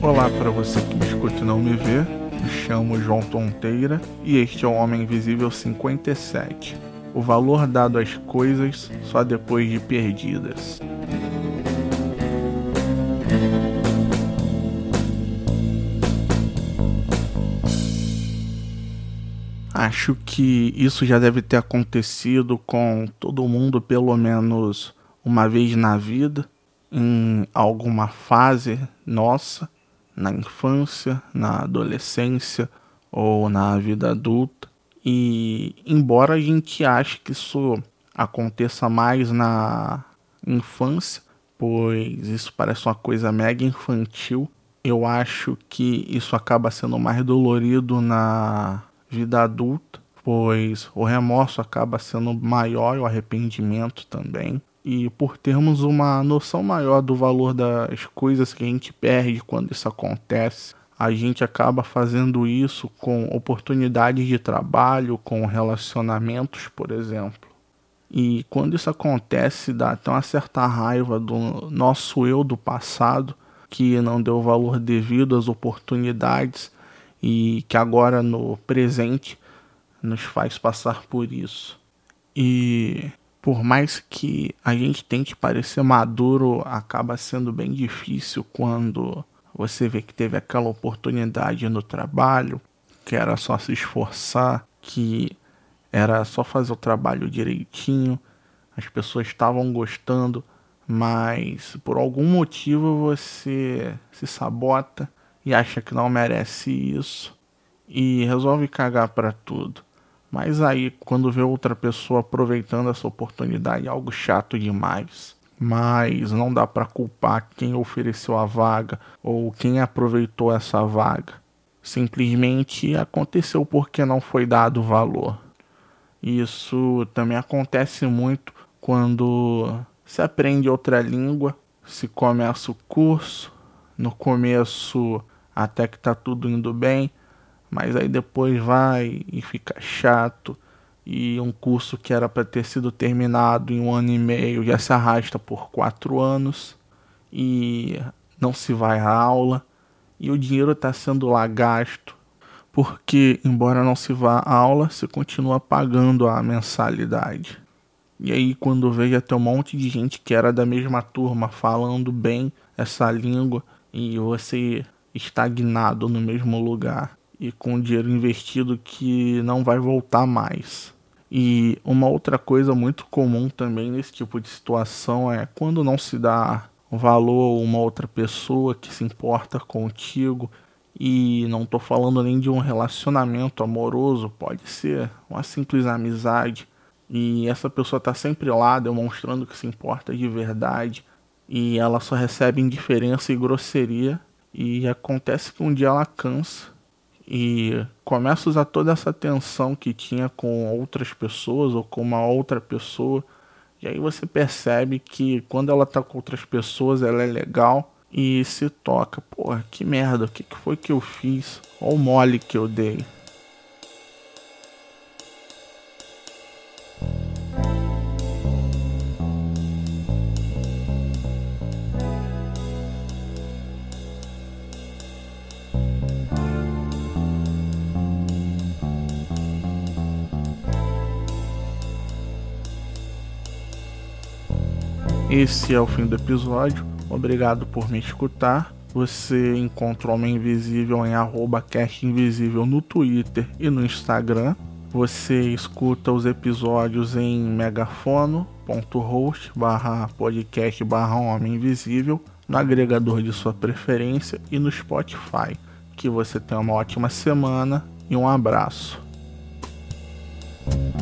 Olá para você que me escuta e não me vê, me chamo João Tonteira e este é o Homem Invisível 57, o valor dado às coisas só depois de perdidas. Acho que isso já deve ter acontecido com todo mundo pelo menos uma vez na vida, em alguma fase nossa, na infância, na adolescência ou na vida adulta. E embora a gente ache que isso aconteça mais na infância, pois isso parece uma coisa mega infantil, eu acho que isso acaba sendo mais dolorido na vida adulta, pois o remorso acaba sendo maior e o arrependimento também. E por termos uma noção maior do valor das coisas que a gente perde quando isso acontece, a gente acaba fazendo isso com oportunidades de trabalho, com relacionamentos, por exemplo. E quando isso acontece, dá até uma certa raiva do nosso eu do passado, que não deu valor devido às oportunidades e que agora no presente nos faz passar por isso. E por mais que a gente tente parecer maduro, acaba sendo bem difícil quando você vê que teve aquela oportunidade no trabalho, que era só se esforçar, que era só fazer o trabalho direitinho, as pessoas estavam gostando, mas por algum motivo você se sabota e acha que não merece isso e resolve cagar pra tudo. Mas aí, quando vê outra pessoa aproveitando essa oportunidade, é algo chato demais. Mas não dá pra culpar quem ofereceu a vaga ou quem aproveitou essa vaga. Simplesmente aconteceu porque não foi dado valor. Isso também acontece muito quando se aprende outra língua, se começa o curso, no começo até que tá tudo indo bem, mas aí depois vai e fica chato, e um curso que era para ter sido terminado em 1 ano e meio já se arrasta por 4 anos, e não se vai à aula, e o dinheiro está sendo lá gasto, porque embora não se vá à aula, se continua pagando a mensalidade. E aí quando vejo até um monte de gente que era da mesma turma falando bem essa língua, e você estagnado no mesmo lugar e com dinheiro investido que não vai voltar mais. E uma outra coisa muito comum também nesse tipo de situação é quando não se dá valor a uma outra pessoa que se importa contigo, e não tô falando nem de um relacionamento amoroso, pode ser uma simples amizade, e essa pessoa tá sempre lá demonstrando que se importa de verdade, e ela só recebe indiferença e grosseria, e acontece que um dia ela cansa e começa a usar toda essa tensão que tinha com outras pessoas ou com uma outra pessoa. E aí você percebe que quando ela tá com outras pessoas ela é legal e se toca. Porra, que merda, o que foi que eu fiz? Olha o mole que eu dei. Esse é o fim do episódio. Obrigado por me escutar. Você encontra o Homem Invisível em @castinvisível no Twitter e no Instagram. Você escuta os episódios em megafono.host/podcast/Homem Invisível no agregador de sua preferência e no Spotify. Que você tenha uma ótima semana e um abraço.